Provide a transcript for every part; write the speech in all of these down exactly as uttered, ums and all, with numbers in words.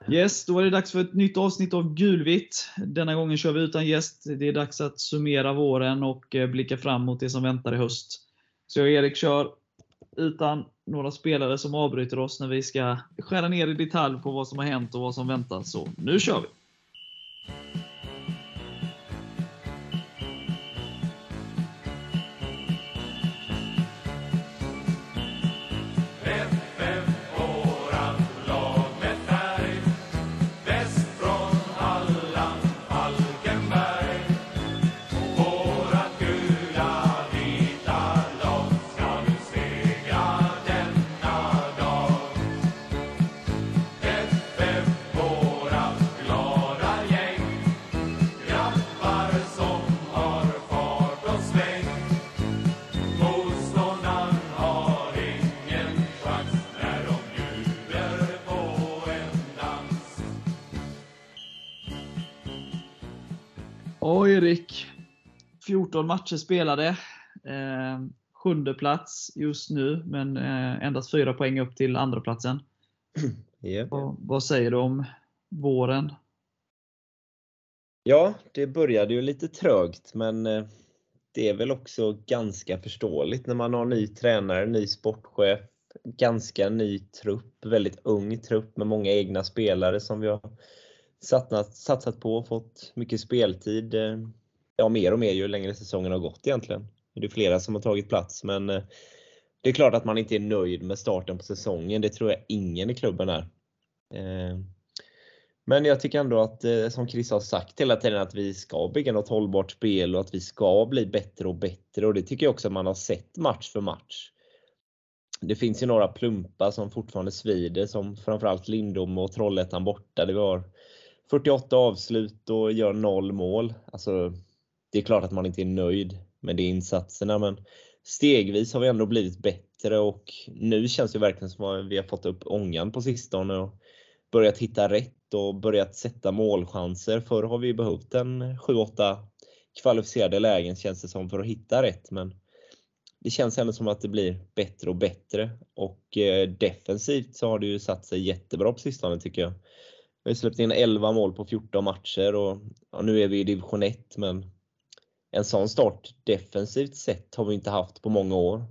Yes, då är det dags för ett nytt avsnitt av Gulvitt. Denna gången kör vi utan gäst. Det är dags att summera våren och blicka fram mot det som väntar i höst. Så jag och Erik kör utan några spelare som avbryter oss när vi ska skära ner i detalj på vad som har hänt och vad som väntar. Så nu kör vi! Och Erik, fjorton matcher spelade, eh, sjunde plats just nu, men eh, endast fyra poäng upp till andra platsen. Yeah. Och, vad säger du om våren? Ja, det började ju lite trögt, men eh, det är väl också ganska förståeligt när man har ny tränare, ny sportchef, ganska ny trupp, väldigt ung trupp med många egna spelare som vi har satsat, satsat på och fått mycket speltid. Ja, mer och mer ju längre säsongen har gått egentligen. Det är flera som har tagit plats, men det är klart att man inte är nöjd med starten på säsongen. Det tror jag ingen i klubben är. Men jag tycker ändå att, som Chris har sagt hela tiden, att vi ska bygga något hållbart spel och att vi ska bli bättre och bättre. Och det tycker jag också att man har sett match för match. Det finns ju några plumpar som fortfarande svider, som framförallt Lindom och Trollhättan borta. Det var fyrtioåtta avslut och gör noll mål. Alltså, det är klart att man inte är nöjd med de insatserna, men stegvis har vi ändå blivit bättre och nu känns det verkligen som att vi har fått upp ångan på sistone och börjat hitta rätt och börjat sätta målchanser. Förr har vi behövt en sju åtta kvalificerade lägen, känns det som, för att hitta rätt, men det känns ändå som att det blir bättre och bättre. Och eh, defensivt så har det ju satt sig jättebra på sistone, tycker jag. Vi har släppt in elva mål på fjorton matcher och ja, nu är vi i division ett, men en sån start defensivt sett har vi inte haft på många år.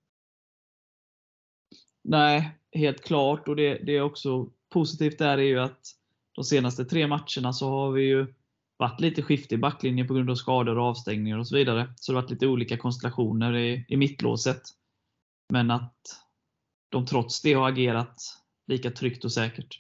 Nej, helt klart. Och det, det är också positivt där är ju att de senaste tre matcherna så har vi ju varit lite skift i backlinjen på grund av skador och avstängningar och så vidare. Så det har varit lite olika konstellationer i, i mittlåset. Men att de trots det har agerat lika tryggt och säkert.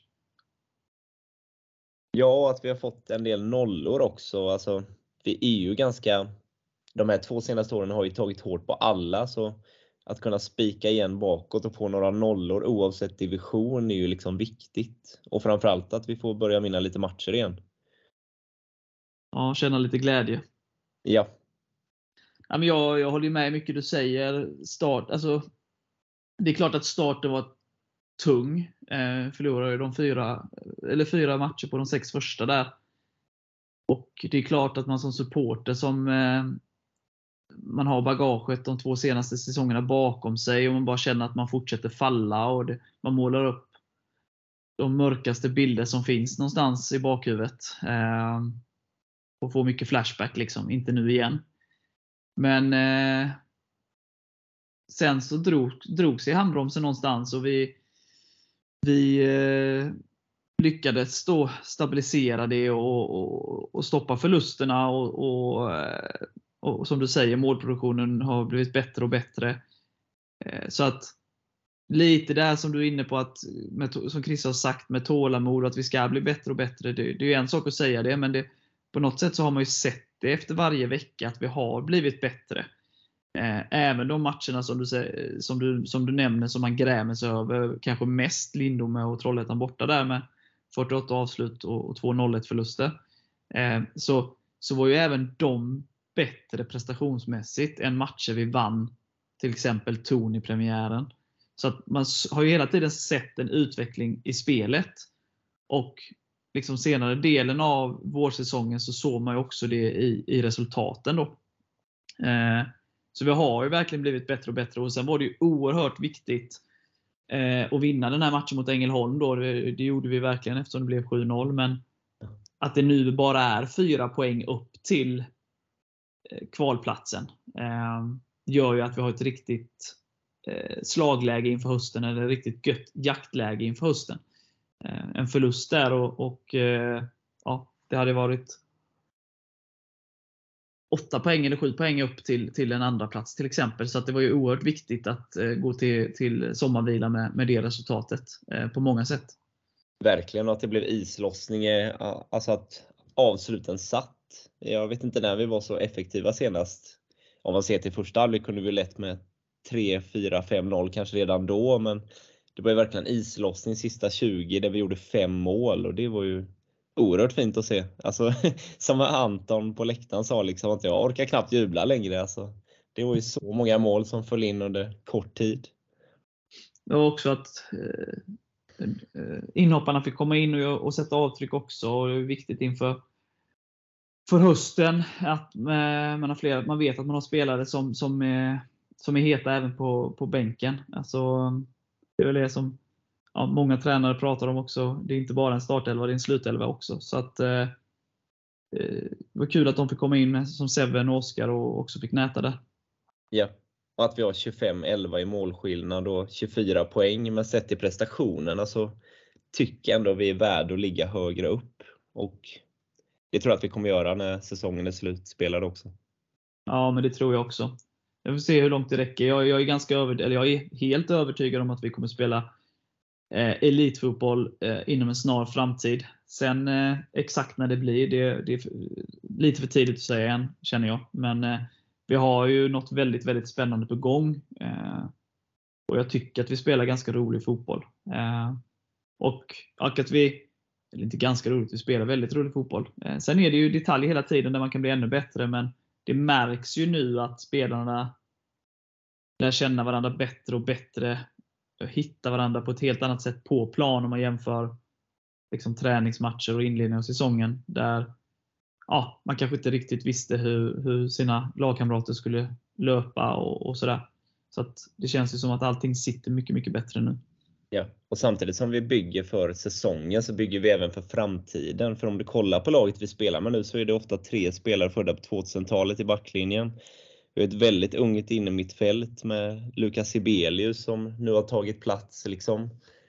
Ja, att vi har fått en del nollor också. Alltså, vi är ju ganska... De här två senaste åren har ju tagit hårt på alla, så att kunna spika igen bakåt och få några nollor oavsett division är ju liksom viktigt. Och framförallt att vi får börja vinna lite matcher igen. Ja, känna lite glädje. Ja. Ja, men jag, jag håller med mycket du säger. Start, alltså, det är klart att starten var tung. Eh, förlorade de fyra, eller fyra matcher på de sex första där. Och det är klart att man som supporter som eh, man har bagaget de två senaste säsongerna bakom sig och man bara känner att man fortsätter falla och det, man målar upp de mörkaste bilder som finns någonstans i bakhuvudet. Eh, och får mycket flashback liksom, inte nu igen. Men eh, sen så drog, drog sig handbromsen någonstans och vi vi eh, lyckades då stabilisera det och, och, och stoppa förlusterna och, och, och som du säger, målproduktionen har blivit bättre och bättre. Eh, så att lite där som du är inne på, att med, som Chris har sagt, med tålamod, att vi ska bli bättre och bättre, det, det är ju en sak att säga det, men det, på något sätt så har man ju sett det efter varje vecka att vi har blivit bättre. Även de matcherna som du, som, du, som du nämner som man grämer sig över, kanske mest Lindom och Trollhättan borta där med fyrtioåtta avslut och två noll ett förluster, så, så var ju även de bättre prestationsmässigt än matcher vi vann, till exempel Torn i premiären. Så att man har ju hela tiden sett en utveckling i spelet, och liksom senare delen av vårsäsongen så såg man ju också det i, i resultaten då. Eh, så vi har ju verkligen blivit bättre och bättre, och sen var det ju oerhört viktigt eh, och vinna den här matchen mot Ängelholm då. Det, det gjorde vi verkligen eftersom det blev sju noll. Men att det nu bara är fyra poäng upp till eh, kvalplatsen eh, gör ju att vi har ett riktigt eh, slagläge inför hösten, eller riktigt gött jaktläge inför hösten. Eh, en förlust där och, och eh, ja, det hade varit åtta poäng eller sju poäng upp till, till en andra plats till exempel. Så att det var ju oerhört viktigt att eh, gå till, till sommarvila med, med det resultatet eh, på många sätt. Verkligen, att det blev islossning, alltså att avsluten satt. Jag vet inte när vi var så effektiva senast. Om man ser till första halvlek kunde vi lätt med tre, fyra, fem noll kanske redan då, men det var ju verkligen islossning sista tjugo där vi gjorde fem mål, och det var ju oerhört fint att se. Alltså, som Anton på läktaren sa, liksom, att jag orkar knappt jubla längre. Alltså, det var ju så många mål som föll in under kort tid. Det var också att eh, inhopparna fick komma in och, och sätta avtryck också. Och det är viktigt inför för hösten att man, har flera, man vet att man har spelare som, som, är, som är heta även på, på bänken. Alltså, det är väl det som ja, många tränare pratar om också. Det är inte bara en startelva, det är en slutelva också. Så att, eh, det var kul att de fick komma in med, som Seven och Oskar, och också fick näta där. Ja, och att vi har tjugofem elva i målskillnad och tjugofyra poäng. Men sett i prestationerna så tycker jag ändå vi är värda att ligga högre upp. Och det tror jag att vi kommer göra när säsongen är slutspelad också. Ja, men det tror jag också. Jag får se hur långt det räcker. Jag, jag är ganska över, eller jag är helt övertygad om att vi kommer spela eh, elitfotboll eh, inom en snar framtid. Sen eh, exakt när det blir, det, det är för, lite för tidigt att säga än, känner jag. Men eh, vi har ju något väldigt, väldigt spännande på gång. Eh, och jag tycker att vi spelar ganska rolig fotboll. Eh, och, och att vi, eller inte ganska roligt, vi spelar väldigt rolig fotboll. Eh, sen är det ju detaljer hela tiden där man kan bli ännu bättre, men det märks ju nu att spelarna lär känna varandra bättre och bättre. Hitta varandra på ett helt annat sätt på plan om man jämför liksom träningsmatcher och inledning av säsongen. Där ja, man kanske inte riktigt visste hur, hur sina lagkamrater skulle löpa och, och sådär. Så att det känns ju som att allting sitter mycket, mycket bättre nu. Ja, och samtidigt som vi bygger för säsongen så bygger vi även för framtiden. För om du kollar på laget vi spelar med nu så är det ofta tre spelare födda på tvåtusentalet i backlinjen. Vi har ett väldigt ungt inne mittfält med Lukas Sibelius som nu har tagit plats liksom.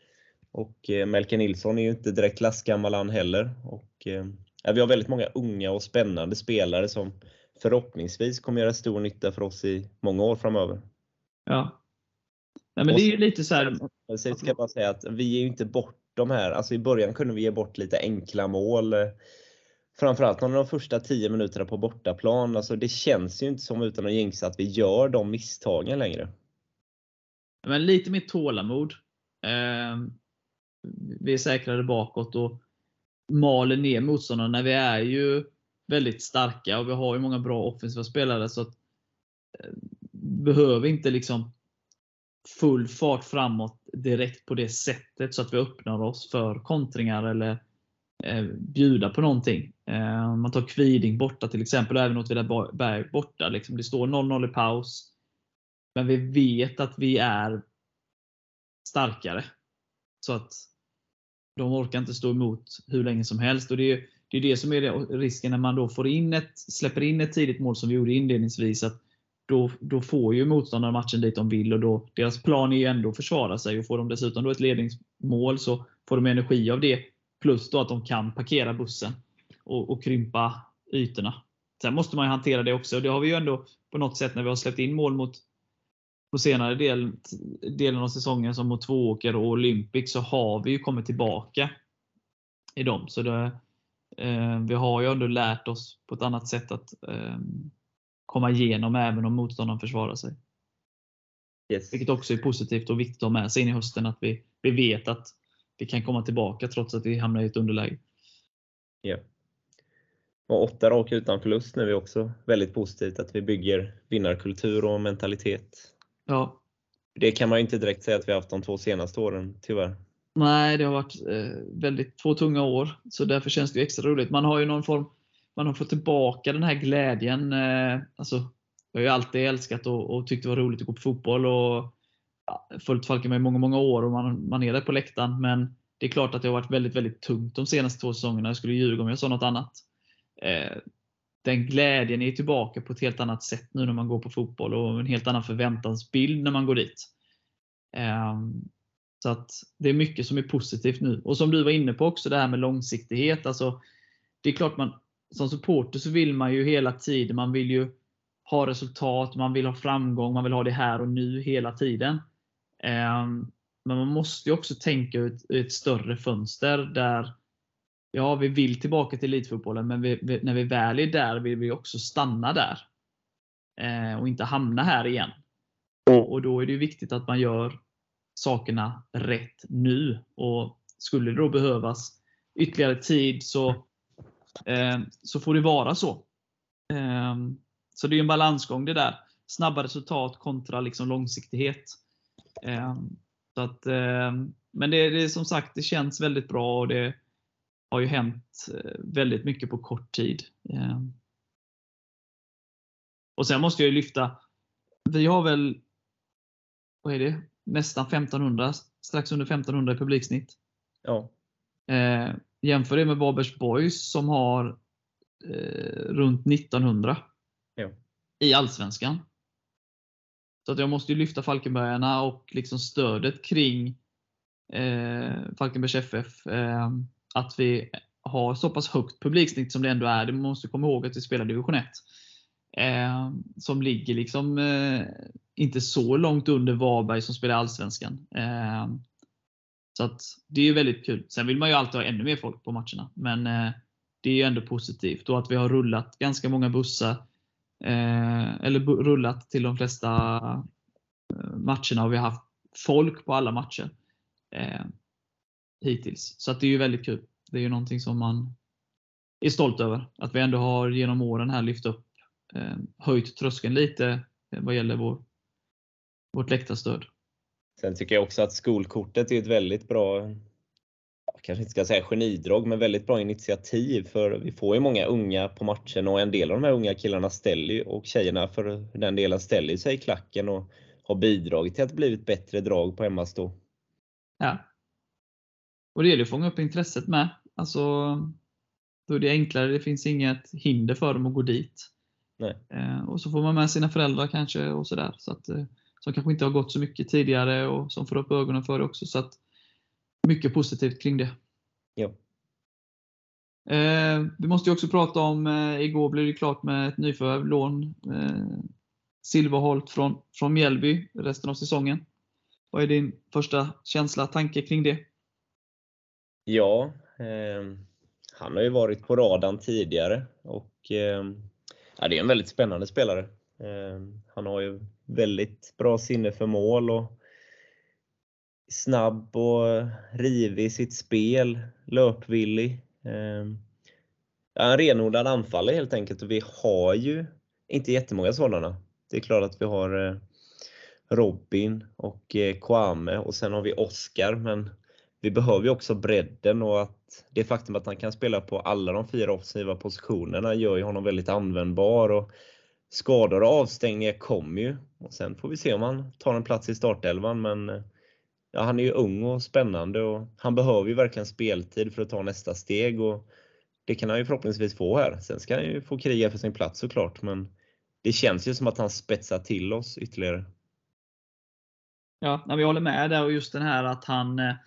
Och eh, Melke Nilsson är ju inte direkt lastgammal han heller. Och eh, ja, vi har väldigt många unga och spännande spelare som förhoppningsvis kommer göra stor nytta för oss i många år framöver. Ja. Nej, men det är ju lite så här. Jag ska bara säga att vi är ju inte bort de här. Alltså i början kunde vi ge bort lite enkla mål. Framförallt under de första tio minuterna på bortaplan. Alltså det känns ju inte som, utan att jinxa, att vi gör de misstagen längre. Men lite mer tålamod. Eh, vi är säkrare bakåt och maler ner motståndarna. Vi är ju väldigt starka och vi har ju många bra offensiva spelare, så att eh, behöver inte liksom full fart framåt direkt på det sättet så att vi öppnar oss för kontringar eller eh, bjuda på någonting. Eh, man tar Kviding borta till exempel, och även Åtvidaberg borta. Liksom. Det står noll noll i paus. Men vi vet att vi är starkare. Så att de orkar inte stå emot hur länge som helst. Och det är det, är det som är det, risken när man då får in ett, släpper in ett tidigt mål som vi gjorde inledningsvis. Att Då, då får ju motståndaren matchen dit de vill, och då, deras plan är ju ändå att försvara sig, och får de dessutom då ett ledningsmål så får de energi av det, plus då att de kan parkera bussen och, och krympa ytorna. Sen måste man ju hantera det också, och det har vi ju ändå på något sätt när vi har släppt in mål mot på senare del, delen av säsongen som mot Tvååker och Olympic, så har vi ju kommit tillbaka i dem. Så det, eh, vi har ju ändå lärt oss på ett annat sätt att eh, komma igenom även om motståndaren försvarar sig. Yes. Vilket också är positivt och viktigt att ha med sig in i hösten, att vi, vi vet att vi kan komma tillbaka trots att vi hamnar i ett underläge. Ja. Och åtta raka utan förlust nu är också väldigt positivt, att vi bygger vinnarkultur och mentalitet. Ja. Det kan man ju inte direkt säga att vi har haft de två senaste åren, tyvärr. Nej, det har varit eh, väldigt två tunga år, så därför känns det extra roligt. Man har ju någon form Man har fått tillbaka den här glädjen. Alltså, jag har ju alltid älskat och, och tyckt det var roligt att gå på fotboll. Och ja, följt Falkenberg i många, många år och man, man är där på läktaren. Men det är klart att det har varit väldigt, väldigt tungt de senaste två säsongerna. Jag skulle ljuga om jag sa något annat. Eh, den glädjen är tillbaka på ett helt annat sätt nu när man går på fotboll och en helt annan förväntansbild när man går dit. Eh, så att det är mycket som är positivt nu. Och som du var inne på också, det här med långsiktighet. Alltså, det är klart man som supporter så vill man ju hela tiden, man vill ju ha resultat, man vill ha framgång, man vill ha det här och nu hela tiden. Men man måste ju också tänka ut ett större fönster där, ja, vi vill tillbaka till elitfotbollen, men vi, vi, när vi väl är där vill vi också stanna där och inte hamna här igen. Och då är det ju viktigt att man gör sakerna rätt nu, och skulle det då behövas ytterligare tid så Eh, så får det vara så. Eh, så det är en balansgång det där. Snabba resultat kontra liksom långsiktighet. Eh, så att, eh, men det, det är som sagt, det känns väldigt bra och det har ju hänt väldigt mycket på kort tid. Eh, och sen måste jag ju lyfta, vi har väl, vad är det? Nästan femtonhundra, strax under femtonhundra i publiksnitt. Ja. Eh, jämför det med Varbergs Boys som har eh, runt nittonhundra ja. i Allsvenskan. Så att jag måste ju lyfta Falkenbergarna och liksom stödet kring eh, Falkenbergs F F. Eh, att vi har så pass högt publiksnitt som det ändå är. Det måste komma ihåg att vi spelar division ett. Eh, som ligger liksom eh, inte så långt under Varberg som spelar Allsvenskan. Eh, Så att det är ju väldigt kul. Sen vill man ju alltid ha ännu mer folk på matcherna. Men eh, det är ju ändå positivt. Och att vi har rullat ganska många bussar. Eh, eller bu- rullat till de flesta eh, matcherna. Och vi har haft folk på alla matcher. Eh, hittills. Så att det är ju väldigt kul. Det är ju någonting som man är stolt över. Att vi ändå har genom åren här lyft upp. Eh, höjt tröskeln lite eh, vad gäller vår, vårt läktarstöd. Sen tycker jag också att skolkortet är ett väldigt bra, jag kanske inte ska säga genidrag, men väldigt bra initiativ, för vi får ju många unga på matchen och en del av de här unga killarna ställer, och tjejerna för den delen ställer sig i klacken och har bidragit till att det blivit bättre drag på hemmastå. Ja. Och det gäller att fånga upp intresset med. Alltså, då är det enklare, det finns inget hinder för dem att gå dit. Nej. Eh, och så får man med sina föräldrar kanske och sådär. Så att eh, som kanske inte har gått så mycket tidigare och som får upp ögonen för det också. Så att mycket positivt kring det. Ja. Eh, vi måste ju också prata om, eh, igår blev det klart med ett nyförvärv, lån. Eh, Silverholt från, från Mjällby resten av säsongen. Vad är din första känsla, tanke kring det? Ja, eh, han har ju varit på radarn tidigare och eh, ja, det är en väldigt spännande spelare. Eh, han har ju väldigt bra sinne för mål och snabb och rivig i sitt spel, löpvillig. Eh, ja, en renodlad anfallare helt enkelt, och vi har ju inte jättemånga sådana. Det är klart att vi har eh, Robin och eh, Kwame, och sen har vi Oscar, men vi behöver ju också bredden, och att det faktum att han kan spela på alla de fyra offensiva positionerna gör ju honom väldigt användbar, och skador och avstängningar kommer ju, och sen får vi se om han tar en plats i startelvan, men ja, han är ju ung och spännande och han behöver ju verkligen speltid för att ta nästa steg, och det kan han ju förhoppningsvis få här. Sen ska han ju få kriga för sin plats såklart, men det känns ju som att han spetsar till oss ytterligare. Ja, vi håller med där, och just den här att han eh,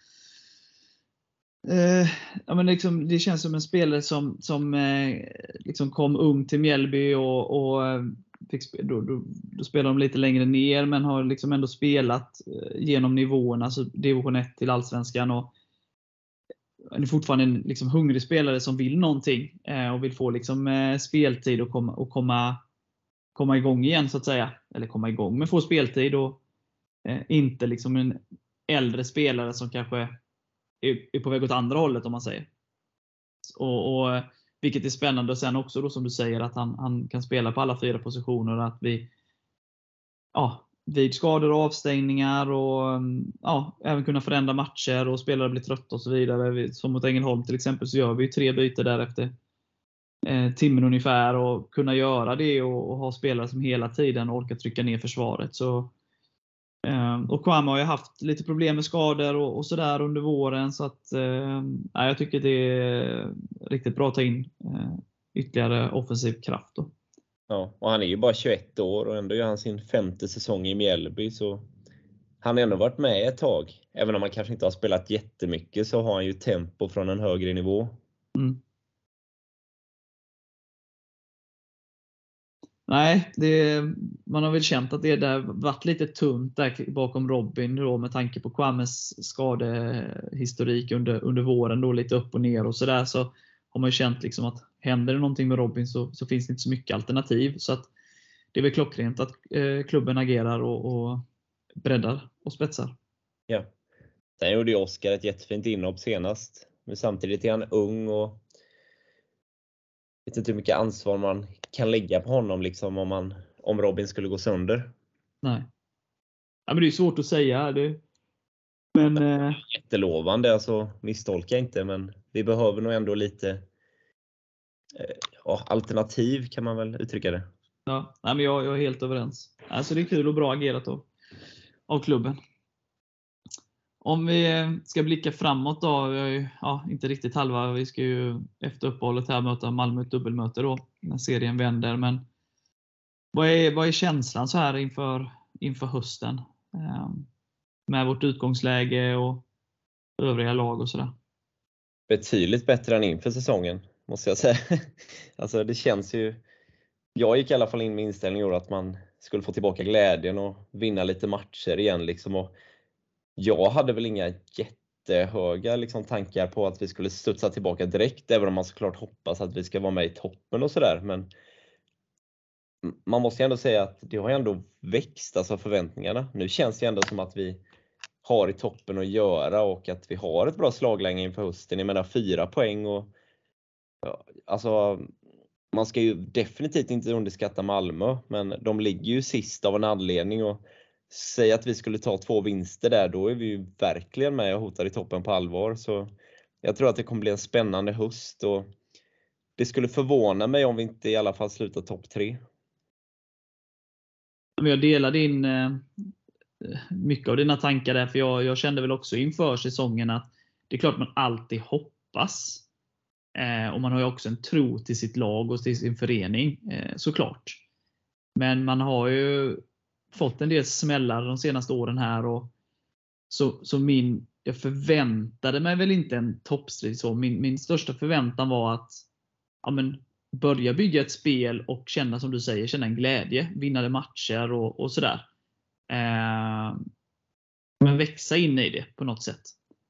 eh, ja, men liksom, det känns som en spelare som, som eh, liksom kom ung till Mjällby och, och fick, då, då, då spelar de lite längre ner, men har liksom ändå spelat eh, genom nivåerna, alltså division ett till Allsvenskan, och är fortfarande en liksom hungrig spelare som vill någonting eh, och vill få liksom eh, speltid och komma, och komma komma igång igen så att säga, eller komma igång men få speltid, och eh, inte liksom en äldre spelare som kanske är, är på väg åt andra hållet om man säger. Och, och vilket är spännande, och sen också då som du säger att han, han kan spela på alla fyra positioner, att vi ja, vid skador och avstängningar och ja, även kunna förändra matcher och spelare blir trötta och så vidare. Som mot Ängelholm till exempel så gör vi tre byten därefter eh, timmen ungefär, och kunna göra det och, och ha spelare som hela tiden orkar trycka ner försvaret. Så Och Kwame har ju haft lite problem med skador och, och sådär under våren. Så att, eh, jag tycker det är riktigt bra att ta in eh, ytterligare offensiv kraft då. Ja, och han är ju bara tjugoett år och ändå gör han sin femte säsong i Mjällby, så han har ändå varit med ett tag. Även om han kanske inte har spelat jättemycket så har han ju tempo från en högre nivå. Mm. Nej, det, man har väl känt att det där varit lite tunt där bakom Robin då, med tanke på Kwames skadehistorik under, under våren då, lite upp och ner och sådär, så har man ju känt liksom att händer det någonting med Robin så, så finns det inte så mycket alternativ. Så att det är väl klockrent att eh, klubben agerar och, och breddar och spetsar. Ja. Sen gjorde ju Oskar ett jättefint inhopp senast. Men samtidigt är han ung och vet inte hur mycket ansvar man kan lägga på honom liksom, om, man, om Robin skulle gå sönder. Nej. Ja, men det är svårt att säga. Det... Men, eh... Jättelovande, alltså misstolka inte, men vi behöver nog ändå lite eh, alternativ, kan man väl uttrycka det. Ja, nej, men jag, jag är helt överens. Alltså det är kul och bra agerat av, av klubben. Om vi ska blicka framåt då, vi har ju, ja, inte riktigt halva, vi ska ju efter uppehållet här möta Malmö ett dubbelmöte då, när serien vänder, men vad är, vad är känslan så här inför, inför hösten? Eh, med vårt utgångsläge och övriga lag och sådär. Betydligt bättre än inför säsongen, måste jag säga. Alltså det känns ju, jag gick i alla fall in med inställningen att man skulle få tillbaka glädjen och vinna lite matcher igen liksom, och jag hade väl inga jättehöga liksom tankar på att vi skulle studsa tillbaka direkt, även om man såklart hoppas att vi ska vara med i toppen och sådär. Men man måste ju ändå säga att det har ändå växt, alltså förväntningarna. Nu känns det ändå som att vi har i toppen att göra och att vi har ett bra slagläge inför hösten. Jag menar fyra poäng och ja, alltså man ska ju definitivt inte underskatta Malmö, men de ligger ju sist av en anledning, och säg att vi skulle ta två vinster där, då är vi ju verkligen med och hotar i toppen på allvar. Så jag tror att det kommer bli en spännande höst, och det skulle förvåna mig om vi inte i alla fall slutar topp tre. Jag delar din mycket av dina tankar där, för jag, jag kände väl också inför säsongen att det är klart man alltid hoppas. Eh, och man har ju också en tro till sitt lag och till sin förening, eh, såklart. Men man har ju fått en del smällar de senaste åren här, och så, så min, jag förväntade mig väl inte en toppstrid så. Min, min största förväntan var att ja, men, börja bygga ett spel och känna, som du säger, känna en glädje, vinnade matcher och, och sådär. Eh, men växa in i det på något sätt.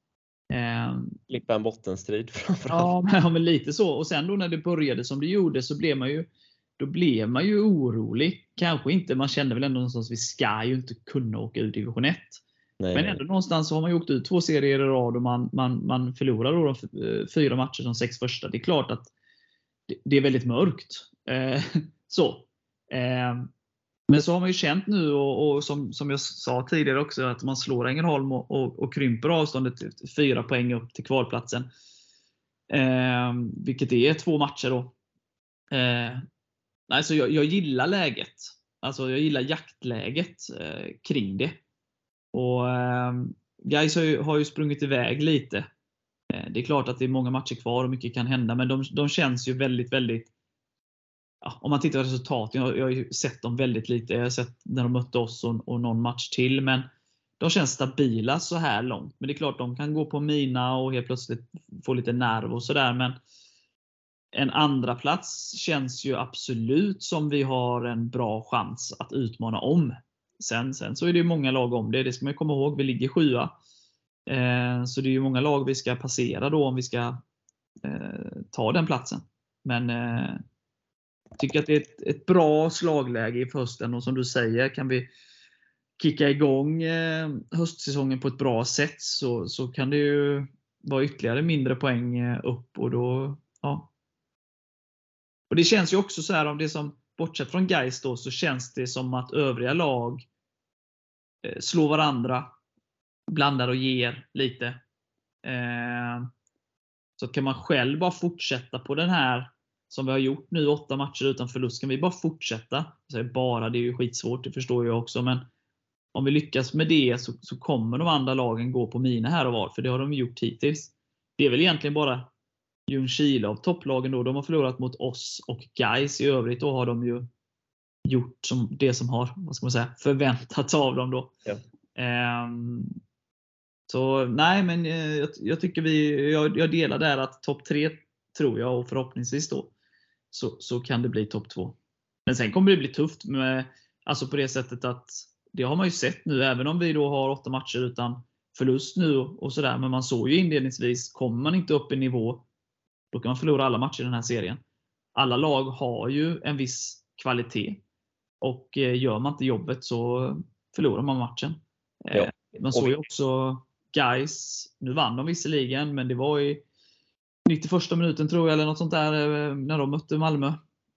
Slippa en bottenstrid framförallt. Ja, men lite så. Och sen då när det började som det gjorde, så blev man ju då blev man ju orolig. Kanske inte, man kände väl ändå någonstans, vi ska ju inte kunna åka ut division ett. Nej, men ändå någonstans så har man ju åkt ut två serier i rad och man, man, man förlorar då de fyra matcher de sex första. Det är klart att det, det är väldigt mörkt. Eh, så. Eh, men så har man ju känt nu, och, och som, som jag sa tidigare också, att man slår Ängelholm och, och, och krymper avståndet till fyra poäng upp till kvalplatsen. Eh, vilket är två matcher då. Eh, alltså jag, jag gillar läget. Alltså jag gillar jaktläget eh, kring det. Och eh, Gais har ju, har ju sprungit iväg lite. Eh, det är klart att det är många matcher kvar och mycket kan hända, men de, de känns ju väldigt, väldigt, ja, om man tittar på resultaten, jag, jag har ju sett dem väldigt lite. Jag har sett när de mötte oss och, och någon match till, men de känns stabila så här långt. Men det är klart, de kan gå på mina och helt plötsligt få lite nerv och sådär. Men en andra plats känns ju absolut som vi har en bra chans att utmana om. Sen, sen så är det ju många lag om det. Det ska man komma ihåg. Vi ligger sjua. Eh, så det är ju många lag vi ska passera då om vi ska eh, ta den platsen. Men eh, jag tycker att det är ett, ett bra slagläge i hösten. Och som du säger, kan vi kicka igång eh, höstsäsongen på ett bra sätt, så, så kan det ju vara ytterligare mindre poäng eh, upp. Och då, ja. Och det känns ju också så här, om det som bortsett från Gais då, så känns det som att övriga lag eh, slår varandra, blandar och ger lite. Eh, så kan man själv bara fortsätta på den här som vi har gjort nu, åtta matcher utan förlust. Kan vi bara fortsätta? Så bara, det är ju skitsvårt, det förstår jag också, men om vi lyckas med det så, så kommer de andra lagen gå på mina här och var. För det har de gjort hittills. Det är väl egentligen bara Ljungskile av topplagen då. De har förlorat mot oss och Gais. I övrigt då har de ju gjort som det som har, vad ska man säga, förväntats av dem då. Ja. Um, så nej, men jag, jag tycker vi, jag, jag delar där att topp tre tror jag, och förhoppningsvis då så, så kan det bli topp två. Men sen kommer det bli tufft med, alltså på det sättet att det har man ju sett nu, även om vi då har åtta matcher utan förlust nu och sådär. Men man såg ju inledningsvis, kommer man inte upp i nivå, då kan man förlora alla matcher i den här serien. Alla lag har ju en viss kvalitet. Och gör man inte jobbet så förlorar man matchen. Ja. Man såg ju också Gais, nu vann de visserligen, men det var i nittioförsta minuten tror jag, eller något sånt där, när de mötte Malmö.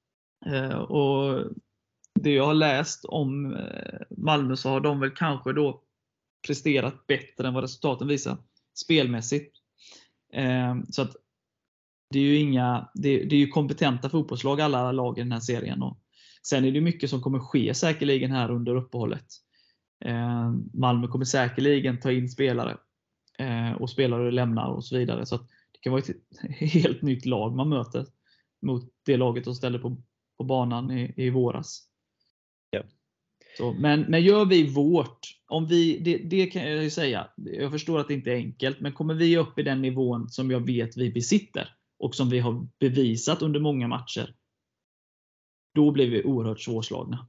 Och det jag har läst om Malmö, så har de väl kanske då presterat bättre än vad resultaten visar spelmässigt. Så att det är ju inga, det, det är ju kompetenta fotbollslag alla lag i den här serien. Och sen är det mycket som kommer ske säkerligen här under uppehållet. Malmö kommer säkerligen ta in spelare och spelare lämnar och så vidare. Så att det kan vara ett helt nytt lag man möter mot det laget som ställer på, på banan i, i våras. Ja. Så, men, men gör vi vårt, om vi, det, det kan jag ju säga, jag förstår att det inte är enkelt, men kommer vi upp i den nivån som jag vet vi besitter och som vi har bevisat under många matcher, då blir vi oerhört svårslagna.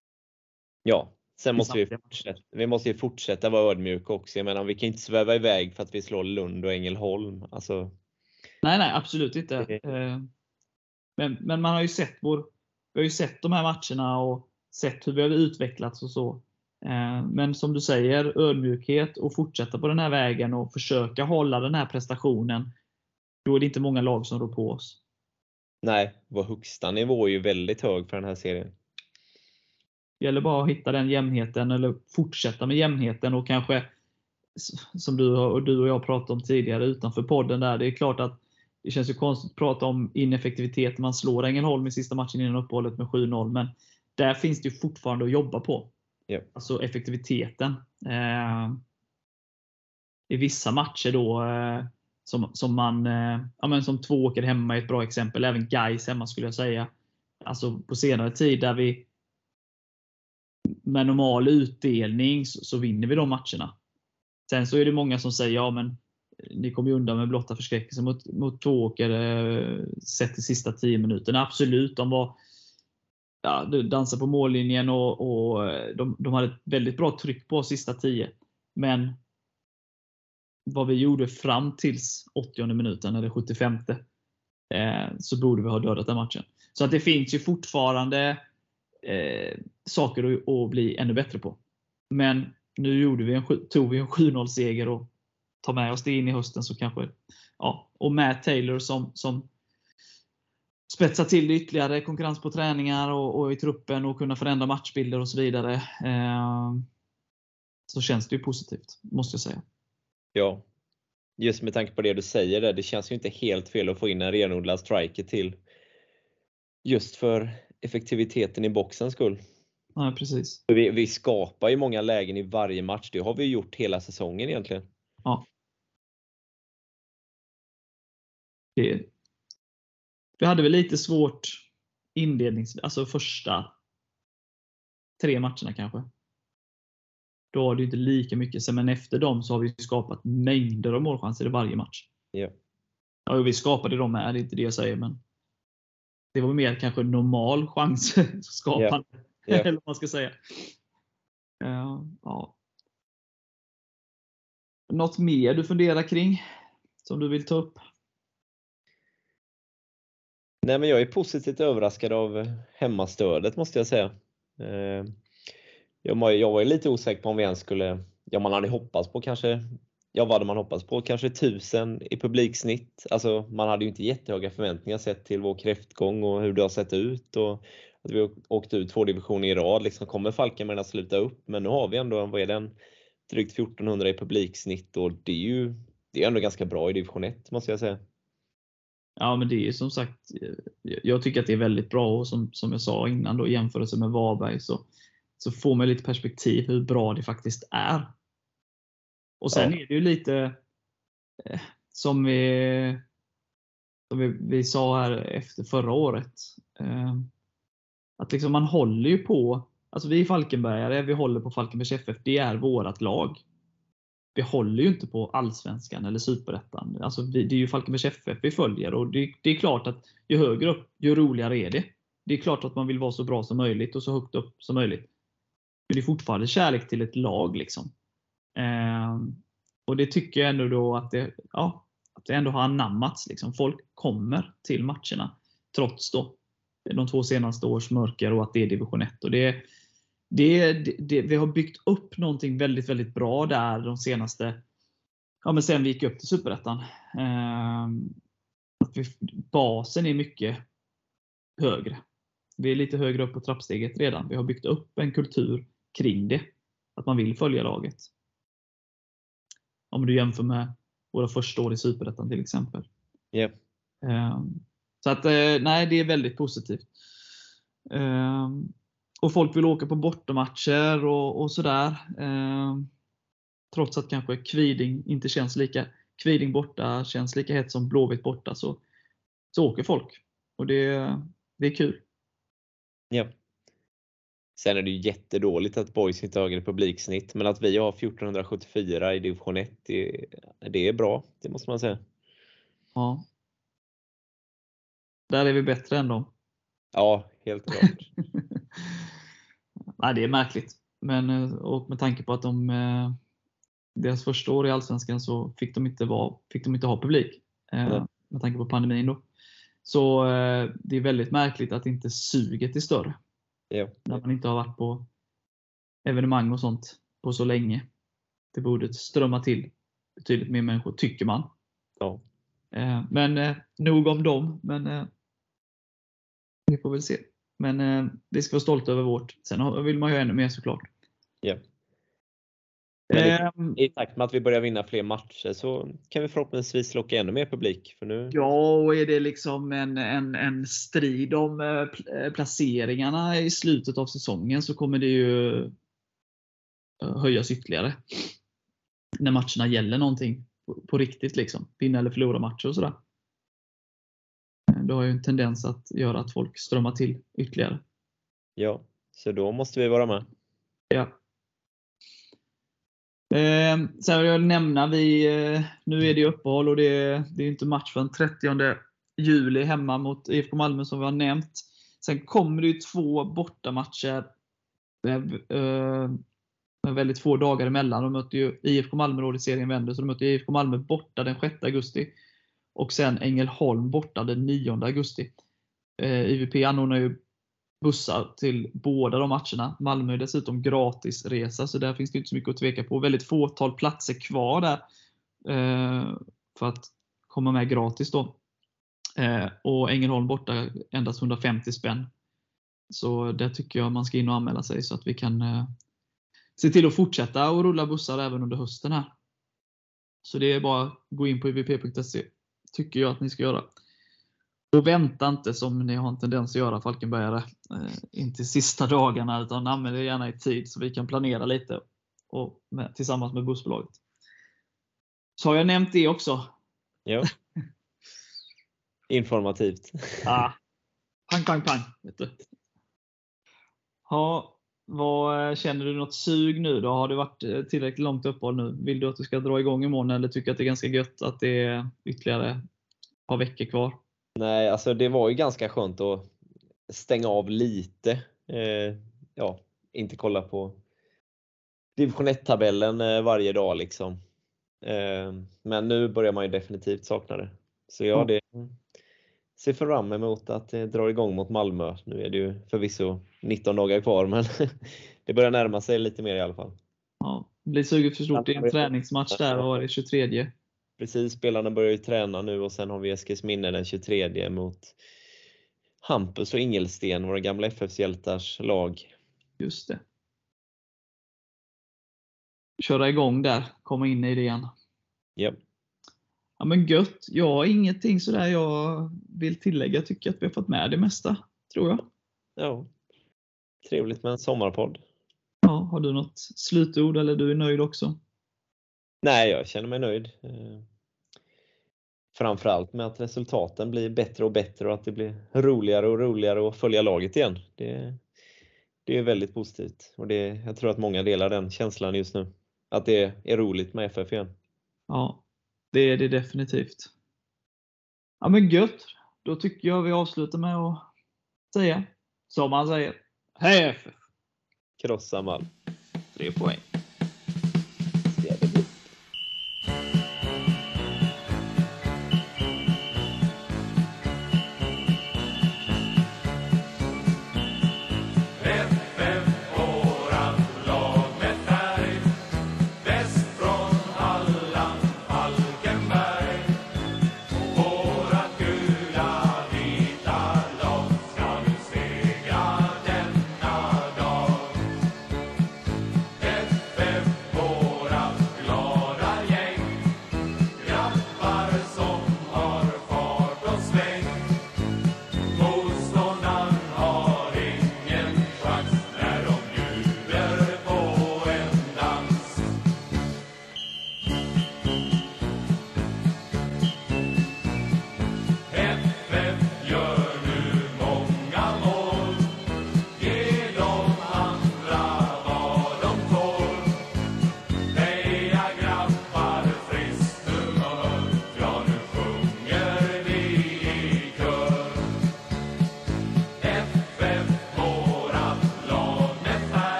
Ja, sen måste vi fortsätta, vi måste ju fortsätta vara ödmjuka också. Jag menar, vi kan inte sväva iväg för att vi slår Lund och Ängelholm. Alltså... Nej, nej, absolut inte. Det... Men, men man har ju sett vår, vi har ju sett de här matcherna och sett hur vi har utvecklats och så. Men som du säger, ödmjukhet och fortsätta på den här vägen och försöka hålla den här prestationen. Då är det inte många lag som rår på oss. Nej, vår högsta nivå är ju väldigt hög för den här serien. Det gäller bara att hitta den jämnheten, eller fortsätta med jämnheten, och kanske, som du och, du och jag pratade om tidigare utanför podden där, det är klart att det känns ju konstigt att prata om ineffektivitet. Man slår Ängelholm i sista matchen innan uppehållet med sju noll, men där finns det ju fortfarande att jobba på. Ja. Alltså effektiviteten. Eh, I vissa matcher då eh, som, som man eh, ja, men som två åker hemma är ett bra exempel. Även Gais hemma skulle jag säga. Alltså på senare tid där vi med normal utdelning så, så vinner vi de matcherna. Sen så är det många som säger ja men ni kommer ju undan med blotta förskräckelse mot, mot Tvååker eh, sett i sista tio minuterna. Absolut, de var ja, dansade på mållinjen och, och de, de hade ett väldigt bra tryck på sista tio. Men vad vi gjorde fram tills åttionde minuten eller sjuttiofemte eh, så borde vi ha dödat den matchen. Så att det finns ju fortfarande eh, saker att, att bli ännu bättre på. Men nu gjorde vi en, tog vi en sju noll seger och tar med oss det in i hösten, så kanske ja, och Matt Taylor som, som spetsar till det ytterligare, konkurrens på träningar och, och i truppen och kunna förändra matchbilder och så vidare, eh, så känns det ju positivt, måste jag säga. Ja, just med tanke på det du säger där, det känns ju inte helt fel att få in en renodlad striker till, just för effektiviteten i boxens skull. Ja, precis. Vi, vi skapar ju många lägen i varje match, det har vi gjort hela säsongen egentligen. Ja. Det, vi hade väl lite svårt inlednings, alltså första tre matcherna kanske. Då var det inte lika mycket, men efter dem så har vi skapat mängder av målchanser i varje match. Ja. Ja, vi skapade dem med, det är inte det jag säger, men det var mer kanske normal chans skapande, yeah. Yeah. eller vad man ska säga. Uh, ja. Något mer du funderar kring som du vill ta upp? Nej, men jag är positivt överraskad av hemmastödet, måste jag säga. Uh, jag, jag var ju lite osäker på om vi ens skulle, ja man hade hoppats på kanske, ja vad hade man hoppats på? Kanske tusen i publiksnitt. Alltså man hade ju inte jättehöga förväntningar sett till vår kräftgång och hur det har sett ut och att vi åkt ut två divisioner i rad. Liksom kommer Falkenberg att sluta upp, men nu har vi ändå, vad är den, drygt fjortonhundra i publiksnitt, och det är ju det är ändå ganska bra i division ett, måste jag säga. Ja, men det är som sagt, jag tycker att det är väldigt bra, och som, som jag sa innan då, i jämförelse med Varberg så så får man lite perspektiv hur bra det faktiskt är. Och sen Ja. är det ju lite eh, som vi som vi, vi sa här efter förra året. Eh, att liksom man håller ju på, alltså vi är Falkenbergare, vi håller på Falkenbergs F F, det är vårat lag. Vi håller ju inte på Allsvenskan eller Superettan. Alltså vi, det är ju Falkenbergs F F vi följer, och det, det är klart att ju högre upp, ju roligare är det. Det är klart att man vill vara så bra som möjligt och så högt upp som möjligt. Men det är fortfarande kärlek till ett lag liksom. Eh, och det tycker jag ändå då att det, ja, att det ändå har anammats liksom. Folk kommer till matcherna trots då de två senaste års mörker och att det är division ett, och det, det, det vi har byggt upp någonting väldigt väldigt bra där de senaste, ja men sen vi gick upp till Superettan. Eh, att vi, basen är mycket högre. Vi är lite högre upp på trappsteget redan. Vi har byggt upp en kultur kring det, att man vill följa laget. Om du jämför med våra första år i Superettan till exempel. Yeah. Um, så att nej, det är väldigt positivt. Um, och folk vill åka på bortamatcher och, och sådär. Um, trots att kanske Kviding inte känns lika, Kviding borta känns lika hett som Blåvitt borta, så, så åker folk. Och det, det är kul. Ja. Sen är det ju jättedåligt att Boys inte har högre publiksnitt, men att vi har fjorton sjuttiofyra i division ett, det, det är bra, det måste man säga. Ja. Där är vi bättre än dem. Ja, helt klart. Nej, det är märkligt. Men och med tanke på att de deras första år i Allsvenskan så fick de inte vara, fick de inte ha publik. Mm. Med tanke på pandemin då. Så det är väldigt märkligt att inte suget är större. Ja. När man inte har varit på evenemang och sånt på så länge. Det borde strömma till betydligt mer människor, tycker man. Ja. Men eh, nog om dem. Men eh, vi får väl se. Men eh, vi ska vara stolta över vårt. Sen vill man ju ännu mer såklart. Ja. Men i, i takt med att vi börjar vinna fler matcher så kan vi förhoppningsvis locka ännu mer publik. För nu... Ja, och är det liksom en, en, en strid om eh, placeringarna i slutet av säsongen, så kommer det ju höjas ytterligare. När matcherna gäller någonting på, på riktigt liksom. Vinna eller förlora matcher och sådär. Det har ju en tendens att göra att folk strömmar till ytterligare. Ja, så då måste vi vara med. Ja. Eh, sen vill jag nämna, vi, eh, nu är det uppehåll och det, det är inte match förrän trettionde juli hemma mot I F K Malmö som vi har nämnt. Sen kommer det ju två bortamatcher med, eh, med väldigt få dagar emellan. De möter ju I F K Malmö då i serien vänder, så de möter I F K Malmö borta den sjätte augusti. Och sen Ängelholm borta den nionde augusti. Eh, I V P anordnar ju bussar till båda de matcherna. Malmö är dessutom gratis resa, så där finns det inte så mycket att tveka på. Väldigt fåtal platser kvar där eh, för att komma med gratis då. Eh, och Ängelholm borta endast hundrafemtio spänn. Så där tycker jag man ska in och anmäla sig så att vi kan eh, se till att fortsätta och rulla bussar även under hösten här. Så det är bara att gå in på i v p punkt se, tycker jag att ni ska göra. Och vänta inte som ni har en tendens att göra, Falkenbergare, eh, in till sista dagarna, utan använd det gärna i tid så vi kan planera lite och med, tillsammans med bussbolaget. Så har jag nämnt det också. Ja. Informativt. Ah. Pang, pang, pang. Vet du. Ha, vad, känner du något sug nu då? Har det varit tillräckligt långt uppehåll nu? Vill du att du ska dra igång imorgon, eller tycker att det är ganska gött att det är ytterligare ett par veckor kvar? Nej, alltså det var ju ganska skönt att stänga av lite. Eh, ja, inte kolla på division ett-tabellen eh, varje dag liksom. Eh, men nu börjar man ju definitivt sakna det. Så ja, det ser fram emot att det drar igång mot Malmö. Nu är det ju förvisso nitton dagar kvar, men det börjar närma sig lite mer i alla fall. Ja, det blir suget för stort. Det är en träningsmatch där, och det tjugotredje. Precis, spelarna börjar ju träna nu och sen har vi Eskilsminne den tjugotredje mot Hampus och Ingelsten, våra gamla F F-hjältars lag. Just det. Köra igång där, komma in i det igen. Ja. Ja, men gött. Jag har ingenting sådär jag vill tillägga. Jag tycker att vi har fått med det mesta, tror jag. Ja. Trevligt med en sommarpodd. Ja, har du något slutord eller du är nöjd också? Nej, jag känner mig nöjd. Framförallt med att resultaten blir bättre och bättre och att det blir roligare och roligare att följa laget igen. Det, det är väldigt positivt och det, jag tror att många delar den känslan just nu. Att det är roligt med F F igen. Ja, det är det definitivt. Ja men gött. Då tycker jag vi avslutar med att säga, som man säger, hej F F! Krossa Malm. Tre poäng. Det är det.